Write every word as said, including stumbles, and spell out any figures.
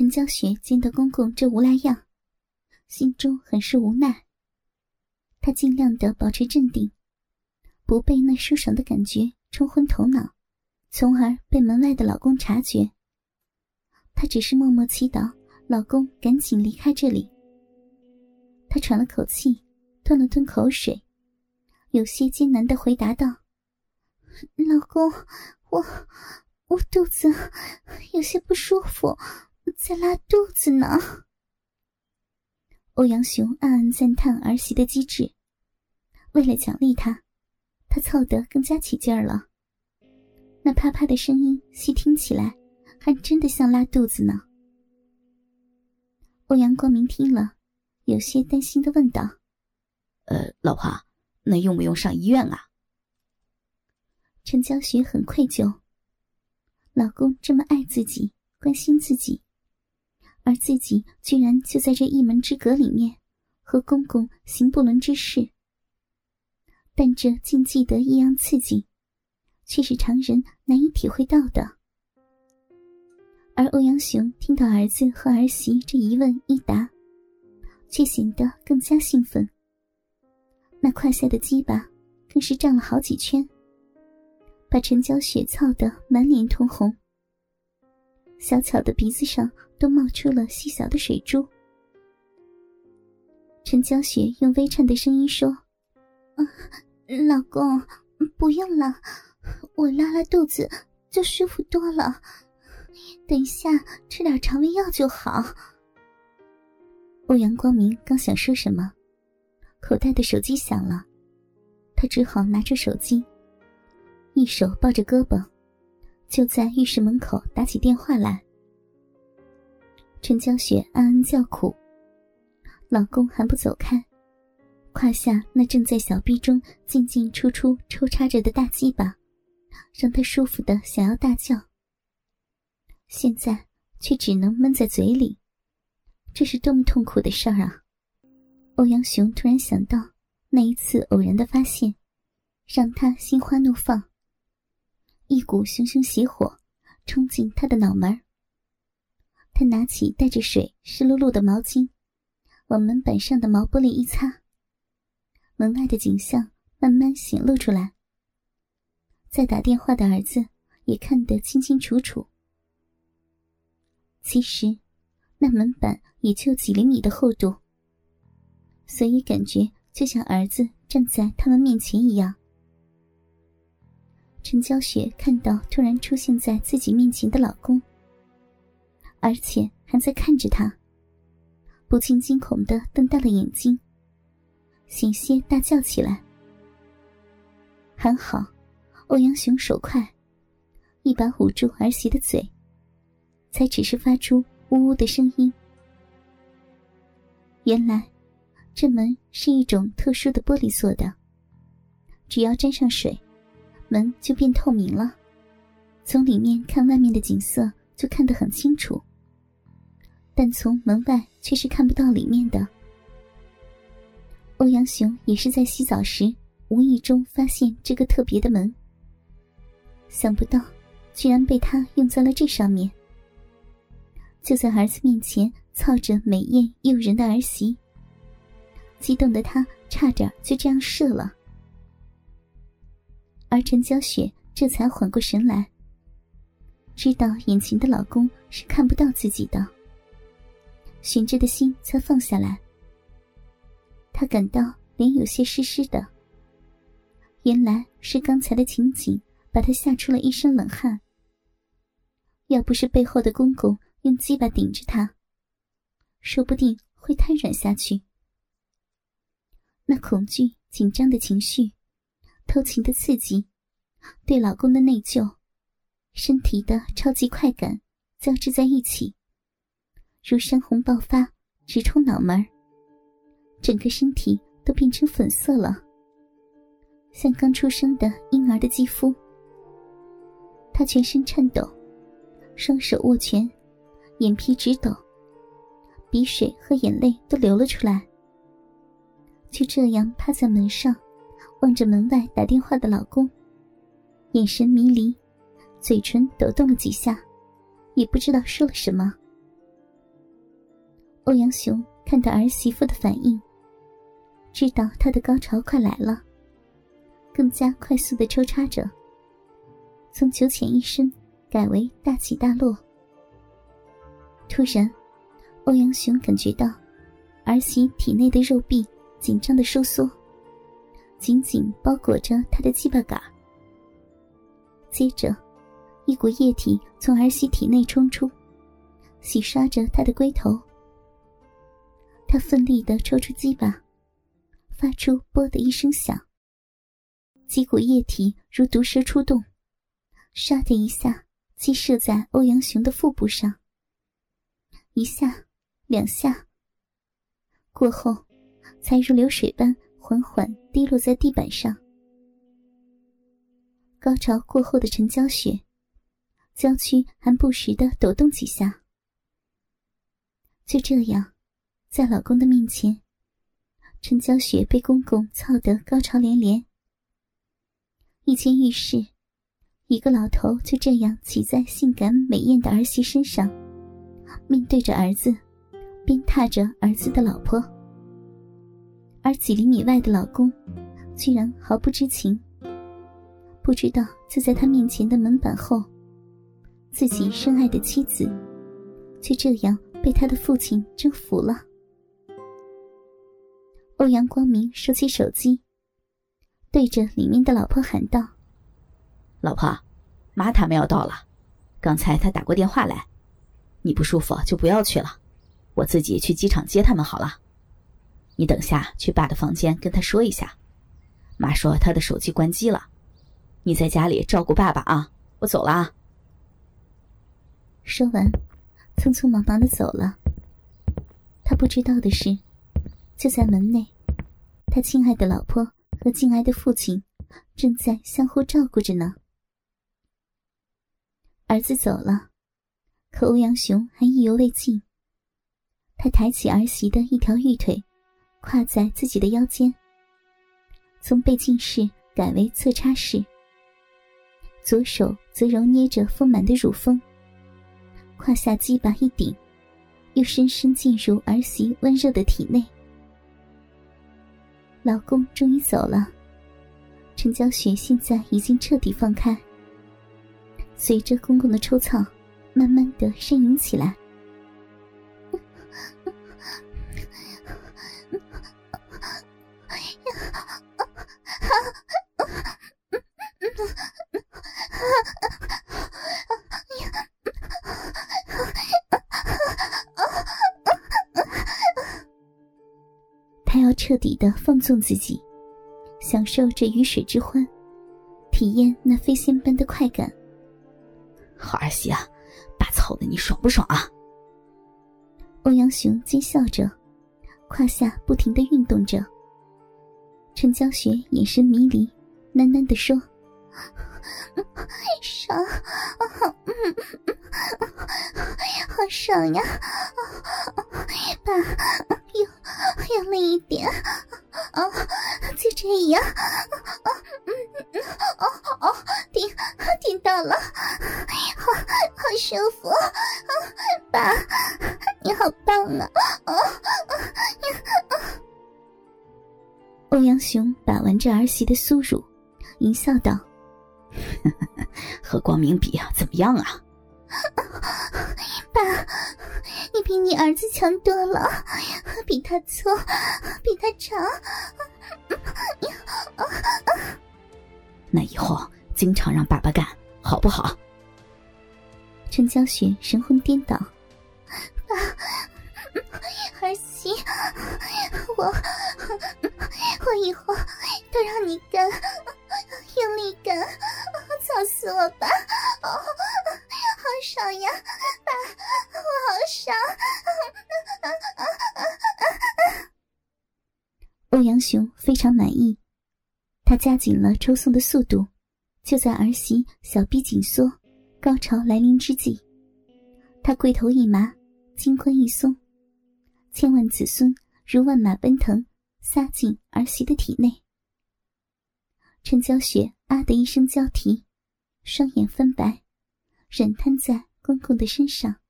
陈娇雪见到公公这无赖样，心中很是无奈。她尽量地保持镇定，不被那舒爽的感觉冲昏头脑，从而被门外的老公察觉。她只是默默祈祷老公赶紧离开这里。她喘了口气，吞了吞口水，有些艰难地回答道：老公，我我肚子有些不舒服，在拉肚子呢。欧阳雄暗暗赞叹儿媳的机智，为了奖励她，他凑得更加起劲儿了。那啪啪的声音细听起来还真的像拉肚子呢。欧阳光明听了，有些担心地问道： 呃，老婆，那用不用上医院啊？ 陈娇雪很愧疚，老公这么爱自己，关心自己，而自己居然就在这一门之隔里面和公公行不伦之事。但这禁忌的异样刺激，却是常人难以体会到的。而欧阳雄听到儿子和儿媳这一问一答，却显得更加兴奋。那胯下的鸡巴更是胀了好几圈，把陈娇雪操得满脸通红，小巧的鼻子上都冒出了细小的水珠。陈娇雪用微颤的声音说：啊，老公，不用了，我拉拉肚子就舒服多了，等一下吃点肠胃药就好。欧阳光明刚想说什么，口袋的手机响了，他只好拿出手机，一手抱着胳膊，就在浴室门口打起电话来。陈娇雪暗暗叫苦，老公还不走开，胯下那正在小臂中进进出出抽插着的大鸡巴，让她舒服的想要大叫，现在却只能闷在嘴里，这是多么痛苦的事儿啊！欧阳雄突然想到那一次偶然的发现，让他心花怒放，一股熊熊邪火冲进他的脑门。他拿起带着水湿漉漉的毛巾，往门板上的毛玻璃一擦，门外的景象慢慢显露出来。在打电话的儿子也看得清清楚楚。其实那门板也就几厘米的厚度，所以感觉就像儿子站在他们面前一样。陈娇雪看到突然出现在自己面前的老公，而且还在看着他，不禁惊恐地瞪大了眼睛，险些大叫起来。还好欧阳雄手快，一把捂住儿媳的嘴，才只是发出呜呜的声音。原来这门是一种特殊的玻璃做的，只要沾上水，门就变透明了，从里面看外面的景色就看得很清楚，但从门外却是看不到里面的。欧阳雄也是在洗澡时无意中发现这个特别的门，想不到居然被他用在了这上面。就在儿子面前操着美艳诱人的儿媳，激动的他差点就这样射了。而陈娇雪这才缓过神来，知道眼前的老公是看不到自己的，悬着的心才放下来。她感到脸有些湿湿的，原来是刚才的情景把她吓出了一身冷汗。要不是背后的公公用鸡巴顶着她，说不定会瘫软下去。那恐惧紧张的情绪，偷情的刺激，对老公的内疚，身体的超级快感交织在一起，如山洪爆发，直冲脑门，整个身体都变成粉色了，像刚出生的婴儿的肌肤。她全身颤抖，双手握拳，眼皮直抖，鼻水和眼泪都流了出来。就这样趴在门上，望着门外打电话的老公，眼神迷离，嘴唇抖动了几下，也不知道说了什么。 欧阳雄看到儿媳妇的反应，知道她的高潮快来了，更加快速地抽插着，从九浅一深改为大起大落。突然，欧阳雄感觉到儿媳体内的肉壁紧张地收缩，紧紧包裹着她的鸡巴杆。接着，一股液体从儿媳体内冲出，洗刷着她的龟头。她奋力地抽出鸡巴，发出“啵”的一声响，几股液体如毒蛇出洞，唰的一下击射在欧阳雄的腹部上，一下两下过后，才如流水般缓缓滴落在地板上。高潮过后的陈娇雪，娇躯还不时地抖动几下。就这样，在老公的面前，陈娇雪被公公操得高潮连连。一间浴室，一个老头就这样骑在性感美艳的儿媳身上，面对着儿子，鞭挞着儿子的老婆。而几厘米外的老公居然毫不知情，不知道就在他面前的门板后，自己深爱的妻子却这样被他的父亲征服了。欧阳光明收起手机，对着里面的老婆喊道： 老婆，妈他们要到了，刚才他打过电话来，你不舒服就不要去了，我自己去机场接他们好了。你等下去爸的房间跟他说一下，妈说他的手机关机了，你在家里照顾爸爸啊，我走了啊。 说完，匆匆忙忙地走了。他不知道的是，就在门内，他亲爱的老婆和敬爱的父亲正在相互照顾着呢。儿子走了，可欧阳雄还意犹未尽。他抬起儿媳的一条玉腿，跨在自己的腰间，从背进式改为侧插式，左手则揉捏着丰满的乳峰，胯下鸡巴一顶，又深深进入儿媳温热的体内。老公终于走了，陈娇雪现在已经彻底放开，随着公公的抽操，慢慢地呻吟起来。他要彻底地放纵自己，享受这鱼水之欢，体验那飞仙般的快感。 好儿媳啊，爸操的你爽不爽啊？ 欧阳雄奸笑着，胯下不停地运动着。陈娇雪眼神迷离，喃喃地说：爽，好爽呀，爸，又用力一点，啊，就这样，哦哦，顶顶到了，好好舒服，爸，你好棒啊！欧阳雄把玩着儿媳的酥乳，淫笑道： 和光明比啊，怎么样啊？ 爸，你比你儿子强多了，比他粗，比他长。 那以后经常让爸爸干，好不好？ 陈娇雪神魂颠倒，爸，儿媳，我我以后都让你干，用力干，操死我吧！哦，好爽呀，爸，我好爽！欧阳雄非常满意，他加紧了抽送的速度，就在儿媳小臂紧缩、高潮来临之际，他龟头一麻，金冠一松，千万子孙如万马奔腾，撒进儿媳的体内。陈娇雪啊的一声娇啼，双眼翻白，软瘫在公公的身上。